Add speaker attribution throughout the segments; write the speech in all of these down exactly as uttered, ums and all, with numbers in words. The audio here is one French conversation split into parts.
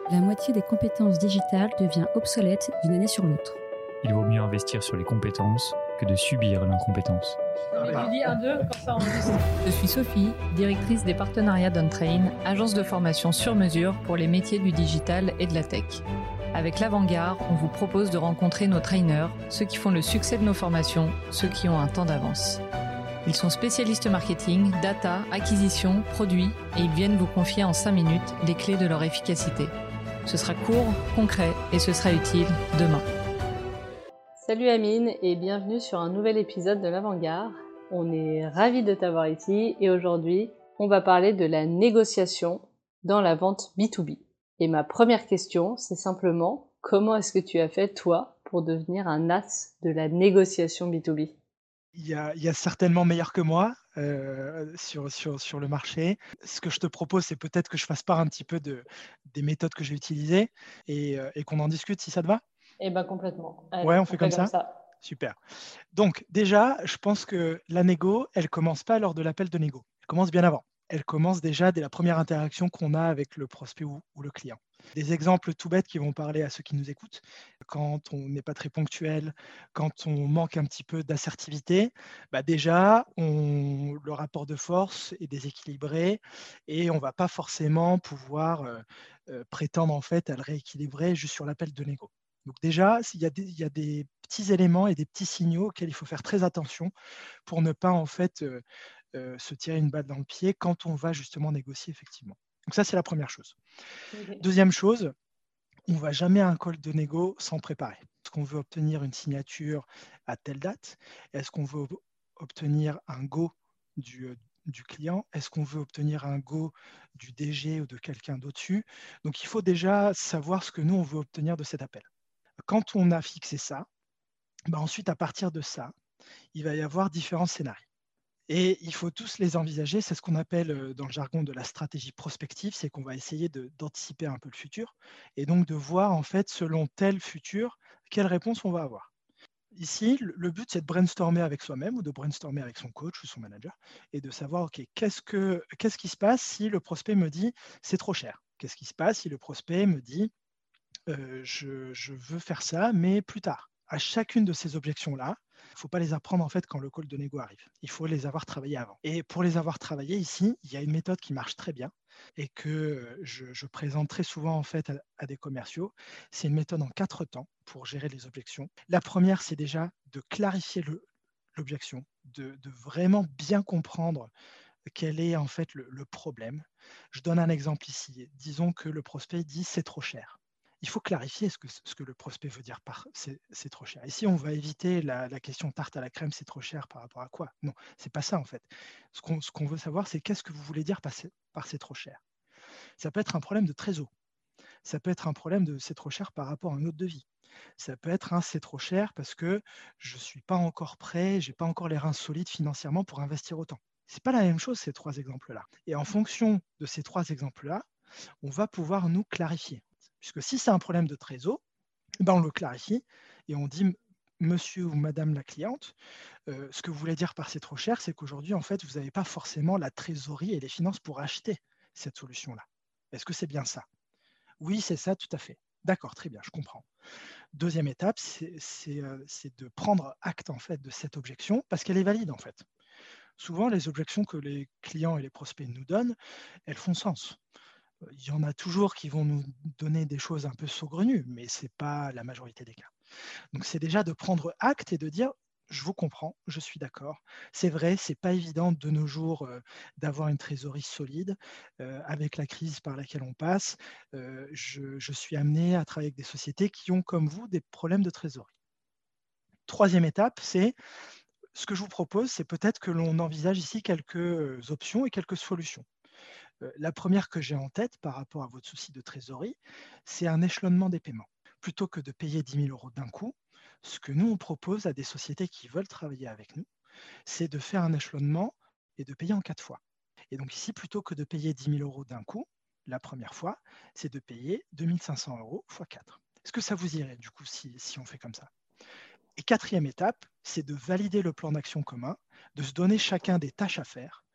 Speaker 1: La moitié des compétences digitales devient obsolète d'une année sur l'autre.
Speaker 2: Il vaut mieux investir sur les compétences que de subir l'incompétence.
Speaker 3: Tu dis un, deux, quand ça enregistre.
Speaker 4: Je suis Sophie, directrice des partenariats d'OnTrain, agence de formation sur mesure pour les métiers du digital et de la tech. Avec l'Avant-Garde, on vous propose de rencontrer nos trainers, ceux qui font le succès de nos formations, ceux qui ont un temps d'avance. Ils sont spécialistes marketing, data, acquisition, produits et ils viennent vous confier en cinq minutes les clés de leur efficacité. Ce sera court, concret et ce sera utile demain.
Speaker 3: Salut Amine et bienvenue sur un nouvel épisode de l'Avant-Garde. On est ravis de t'avoir ici et aujourd'hui, on va parler de la négociation dans la vente B deux B. Et ma première question, c'est simplement, comment est-ce que tu as fait, toi, pour devenir un as de la négociation B deux B ?
Speaker 5: Il y a, il y a certainement meilleur que moi euh, sur, sur, sur le marché. Ce que je te propose, c'est peut-être que je fasse part un petit peu de, des méthodes que j'ai utilisées et, et qu'on en discute si ça te va.
Speaker 3: Eh bien, complètement. Allez,
Speaker 5: ouais, on fait, on comme, fait
Speaker 3: comme
Speaker 5: ça.
Speaker 3: ça.
Speaker 5: Super. Donc, déjà, je pense que la négo, elle ne commence pas lors de l'appel de négo. Elle commence bien avant. Elle commence déjà dès la première interaction qu'on a avec le prospect ou, ou le client. Des exemples tout bêtes qui vont parler à ceux qui nous écoutent. Quand on n'est pas très ponctuel, quand on manque un petit peu d'assertivité, bah déjà, on, le rapport de force est déséquilibré et on ne va pas forcément pouvoir euh, euh, prétendre en fait à le rééquilibrer juste sur l'appel de négo. Donc déjà, il y, a des, il y a des petits éléments et des petits signaux auxquels il faut faire très attention pour ne pas en fait euh, euh, se tirer une balle dans le pied quand on va justement négocier effectivement. Donc ça, c'est la première chose. Okay. Deuxième chose, on ne va jamais à un call de négo sans préparer. Est-ce qu'on veut obtenir une signature à telle date? Est-ce qu'on veut obtenir un go du, du client? Est-ce qu'on veut obtenir un go du D G ou de quelqu'un d'au-dessus? Donc, il faut déjà savoir ce que nous, on veut obtenir de cet appel. Quand on a fixé ça, ben ensuite, à partir de ça, il va y avoir différents scénarios. Et il faut tous les envisager. C'est ce qu'on appelle dans le jargon de la stratégie prospective, c'est qu'on va essayer de, d'anticiper un peu le futur et donc de voir en fait selon tel futur, quelle réponse on va avoir. Ici, le but, c'est de brainstormer avec soi-même ou de brainstormer avec son coach ou son manager et de savoir, OK, qu'est-ce, que, qu'est-ce qui se passe si le prospect me dit c'est trop cher? Qu'est-ce qui se passe si le prospect me dit euh, je, je veux faire ça, mais plus tard? À chacune de ces objections-là, il ne faut pas les apprendre en fait quand le call de négo arrive. Il faut les avoir travaillées avant. Et pour les avoir travaillées ici, il y a une méthode qui marche très bien et que je, je présente très souvent en fait à, à des commerciaux. C'est une méthode en quatre temps pour gérer les objections. La première, c'est déjà de clarifier le, l'objection, de, de vraiment bien comprendre quel est en fait le, le problème. Je donne un exemple ici. Disons que le prospect dit c'est trop cher. Il faut clarifier ce que, ce que le prospect veut dire par c'est, c'est trop cher. Ici, on va éviter la, la question tarte à la crème, c'est trop cher par rapport à quoi? Non, c'est pas ça en fait. Ce qu'on, ce qu'on veut savoir, c'est qu'est-ce que vous voulez dire par c'est, par c'est trop cher. Ça peut être un problème de trésor. Ça peut être un problème de c'est trop cher par rapport à un autre devis. Ça peut être un c'est trop cher parce que je ne suis pas encore prêt, je n'ai pas encore les reins solides financièrement pour investir autant. Ce n'est pas la même chose ces trois exemples-là. Et en fonction de ces trois exemples-là, on va pouvoir nous clarifier. Puisque si c'est un problème de trésor, ben on le clarifie et on dit monsieur ou madame la cliente, euh, ce que vous voulez dire par c'est trop cher, c'est qu'aujourd'hui, en fait, vous n'avez pas forcément la trésorerie et les finances pour acheter cette solution-là. Est-ce que c'est bien ça? Oui, c'est ça, tout à fait. D'accord, très bien, je comprends. Deuxième étape, c'est, c'est, euh, c'est de prendre acte en fait de cette objection parce qu'elle est valide en fait. Souvent, les objections que les clients et les prospects nous donnent, elles font sens. Il y en a toujours qui vont nous donner des choses un peu saugrenues, mais ce n'est pas la majorité des cas. Donc, c'est déjà de prendre acte et de dire je vous comprends, je suis d'accord. C'est vrai, ce n'est pas évident de nos jours euh, d'avoir une trésorerie solide. Euh, avec la crise par laquelle on passe, euh, je, je suis amené à travailler avec des sociétés qui ont, comme vous, des problèmes de trésorerie. Troisième étape, c'est ce que je vous propose, c'est peut-être que l'on envisage ici quelques options et quelques solutions. La première que j'ai en tête par rapport à votre souci de trésorerie, c'est un échelonnement des paiements. Plutôt que de payer dix mille euros d'un coup, ce que nous, on propose à des sociétés qui veulent travailler avec nous, c'est de faire un échelonnement et de payer en quatre fois. Et donc ici, plutôt que de payer dix mille euros d'un coup, la première fois, c'est de payer deux mille cinq cents euros fois quatre. Est-ce que ça vous irait du coup si, si on fait comme ça? Et quatrième étape, c'est de valider le plan d'action commun, de se donner chacun des tâches à faire,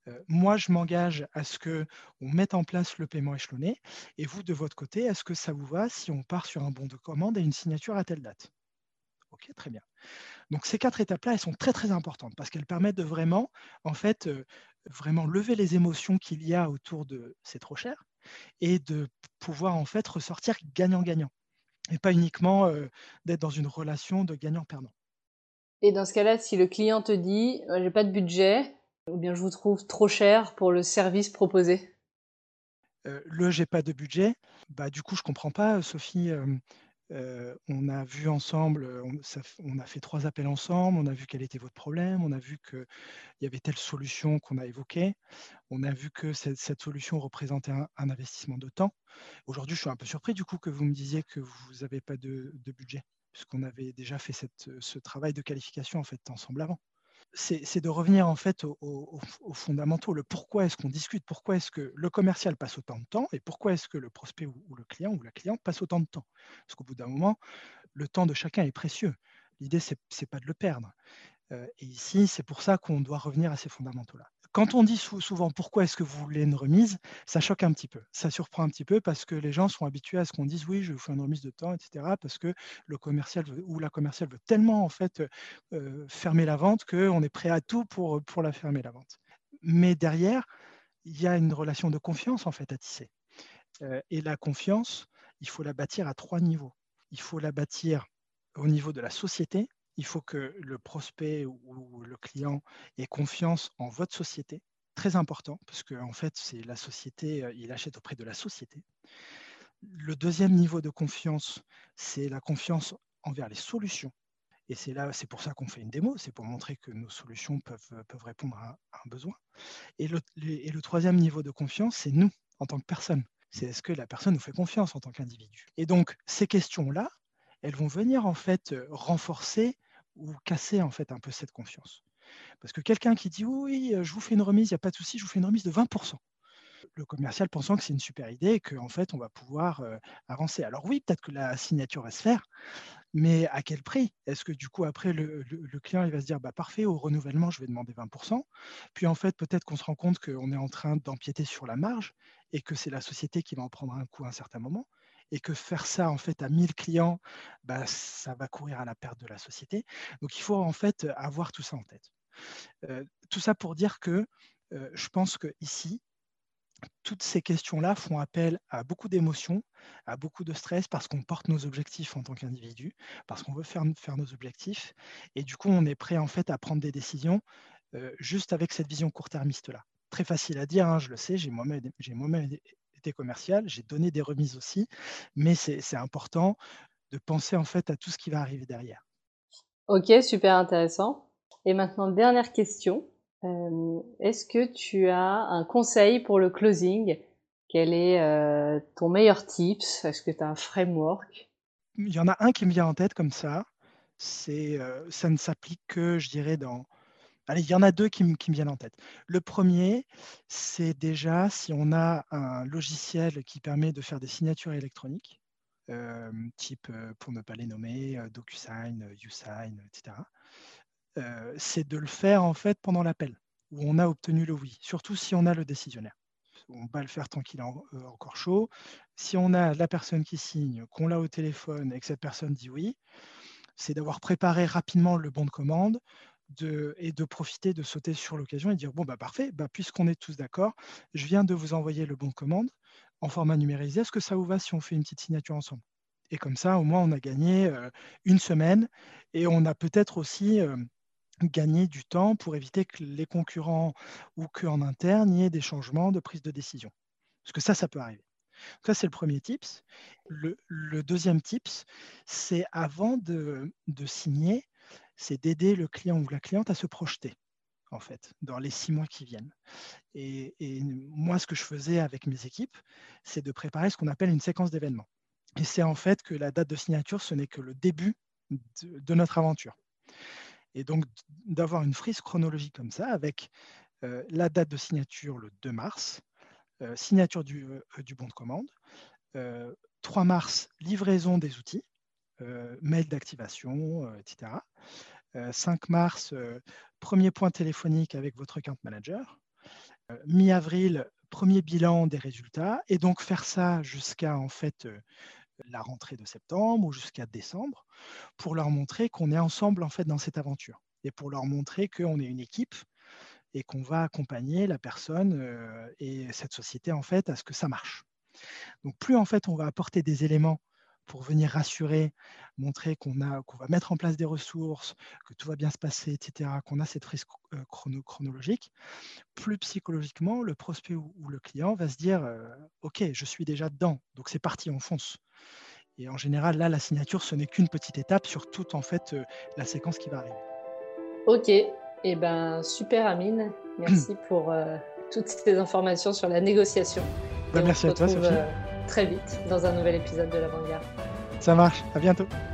Speaker 5: Euh, moi, je m'engage à ce qu'on mette en place le paiement échelonné, et vous, de votre côté, est-ce que ça vous va si on part sur un bon de commande et une signature à telle date? Ok, très bien. Donc ces quatre étapes-là, elles sont très très importantes parce qu'elles permettent de vraiment, en fait, euh, vraiment lever les émotions qu'il y a autour de c'est trop cher et de pouvoir en fait ressortir gagnant-gagnant et pas uniquement euh, d'être dans une relation de gagnant-perdant.
Speaker 3: Et dans ce cas-là, si le client te dit euh, j'ai pas de budget ou bien je vous trouve trop cher pour le service proposé.
Speaker 5: Euh, le j'ai pas de budget, bah du coup je comprends pas, Sophie. euh, euh, on a vu ensemble, euh, on, ça f- on a fait trois appels ensemble, on a vu quel était votre problème, on a vu qu'il y avait telle solution qu'on a évoquée. On a vu que cette, cette solution représentait un, un investissement de temps. Aujourd'hui, je suis un peu surpris du coup que vous me disiez que vous n'avez pas de, de budget, puisqu'on avait déjà fait cette, ce travail de qualification en fait ensemble avant. C'est c'est de revenir en fait aux, aux- aux fondamentaux. Le pourquoi est-ce qu'on discute, pourquoi est-ce que le commercial passe autant de temps et pourquoi est-ce que le prospect ou, ou le client ou la cliente passe autant de temps. Parce qu'au bout d'un moment, le temps de chacun est précieux. L'idée, c'est c'est pas de le perdre. Euh, et ici, c'est pour ça qu'on doit revenir à ces fondamentaux-là. Quand on dit sou- souvent pourquoi est-ce que vous voulez une remise, ça choque un petit peu, ça surprend un petit peu parce que les gens sont habitués à ce qu'on dise oui, je vous fais une remise de temps, et cetera. Parce que le commercial veut, ou la commerciale veut tellement en fait euh, fermer la vente qu'on est prêt à tout pour, pour la fermer la vente. Mais derrière, il y a une relation de confiance en fait à tisser. Euh, et la confiance, il faut la bâtir à trois niveaux. Il faut la bâtir au niveau de la société. Il faut que le prospect ou le client ait confiance en votre société. Très important, parce que en fait, c'est la société, euh, il achète auprès de la société. Le deuxième niveau de confiance, c'est la confiance envers les solutions. Et c'est là, c'est pour ça qu'on fait une démo, c'est pour montrer que nos solutions peuvent, peuvent répondre à, à un besoin. Et le, et le troisième niveau de confiance, c'est nous, en tant que personne. C'est est-ce que la personne nous fait confiance en tant qu'individu. Et donc, ces questions-là, elles vont venir en fait euh, renforcer ou casser en fait un peu cette confiance. Parce que quelqu'un qui dit oui, euh, je vous fais une remise, il n'y a pas de souci, je vous fais une remise de vingt pour cent. Le commercial pensant que c'est une super idée et qu'en fait, on va pouvoir euh, avancer. Alors oui, peut-être que la signature va se faire, mais à quel prix? Est-ce que du coup, après, le, le- le client il va se dire, bah, parfait, au renouvellement, je vais demander vingt pour cent. Puis en fait, peut-être qu'on se rend compte qu'on est en train d'empiéter sur la marge et que c'est la société qui va en prendre un coup à un certain moment. Et que faire ça en fait à mille clients, bah, ça va courir à la perte de la société. Donc il faut en fait avoir tout ça en tête. Euh, tout ça pour dire que euh, je pense que ici, toutes ces questions-là font appel à beaucoup d'émotions, à beaucoup de stress parce qu'on porte nos objectifs en tant qu'individu, parce qu'on veut faire, faire nos objectifs. Et du coup, on est prêt en fait à prendre des décisions euh, juste avec cette vision court-termiste-là. Très facile à dire, hein, je le sais, j'ai moi-même, j'ai moi-même été commercial, j'ai donné des remises aussi, mais c'est, c'est important de penser en fait à tout ce qui va arriver derrière.
Speaker 3: Ok, super intéressant. Et maintenant, dernière question. Euh, est-ce que tu as un conseil pour le closing? Quel est euh, ton meilleur tips? Est-ce que tu as un framework?
Speaker 5: Il y en a un qui me vient en tête comme ça, c'est, euh, ça ne s'applique que, je dirais, dans... Allez, il y en a deux qui, me- qui me viennent en tête. Le premier, c'est déjà si on a un logiciel qui permet de faire des signatures électroniques, euh, type, euh, pour ne pas les nommer, euh, DocuSign, euh, YouSign, et cetera. Euh, c'est de le faire en fait pendant l'appel, où on a obtenu le oui, surtout si on a le décisionnaire. On va le faire tant qu'il est en- euh, encore chaud. Si on a la personne qui signe, qu'on l'a au téléphone et que cette personne dit oui, c'est d'avoir préparé rapidement le bon de commande de, et de profiter de sauter sur l'occasion et dire bon bah parfait, bah, puisqu'on est tous d'accord, je viens de vous envoyer le bon de commande en format numérisé. Est-ce que ça vous va si on fait une petite signature ensemble? Et comme ça, au moins, on a gagné euh, une semaine et on a peut-être aussi euh, gagné du temps pour éviter que les concurrents ou qu'en interne, il y ait des changements de prise de décision. Parce que ça, ça peut arriver. Ça, c'est le premier tips. Le, le deuxième tips, c'est avant de, de signer, c'est d'aider le client ou la cliente à se projeter, en fait, dans les six mois qui viennent. Et, et moi, ce que je faisais avec mes équipes, c'est de préparer ce qu'on appelle une séquence d'événements. Et c'est en fait que la date de signature, ce n'est que le début de, de notre aventure. Et donc, d'avoir une frise chronologique comme ça, avec euh, la date de signature le deux mars, euh, signature du, euh, du bon de commande, Euh, trois mars, livraison des outils, euh, mail d'activation, euh, et cetera. Euh, cinq mars, euh, premier point téléphonique avec votre account manager. mi-avril, premier bilan des résultats, et donc faire ça jusqu'à en fait euh, la rentrée de septembre ou jusqu'à décembre, pour leur montrer qu'on est ensemble en fait dans cette aventure, et pour leur montrer qu'on est une équipe et qu'on va accompagner la personne euh, et cette société en fait à ce que ça marche. Donc plus en fait on va apporter des éléments pour venir rassurer, montrer qu'on a, qu'on va mettre en place des ressources, que tout va bien se passer, et cetera, qu'on a cette frise euh, chrono- chronologique, plus psychologiquement, le prospect ou, ou le client va se dire euh, « Ok, je suis déjà dedans, donc c'est parti, on fonce ». Et en général, là, la signature, ce n'est qu'une petite étape sur toute en fait, euh, la séquence qui va arriver.
Speaker 3: Ok, et eh ben, super Amine, merci pour euh, toutes ces informations sur la négociation.
Speaker 5: Bah, merci à toi, Sophie.
Speaker 3: Euh, très vite dans un nouvel épisode de l'Avant-Garde.
Speaker 5: Ça marche, à bientôt.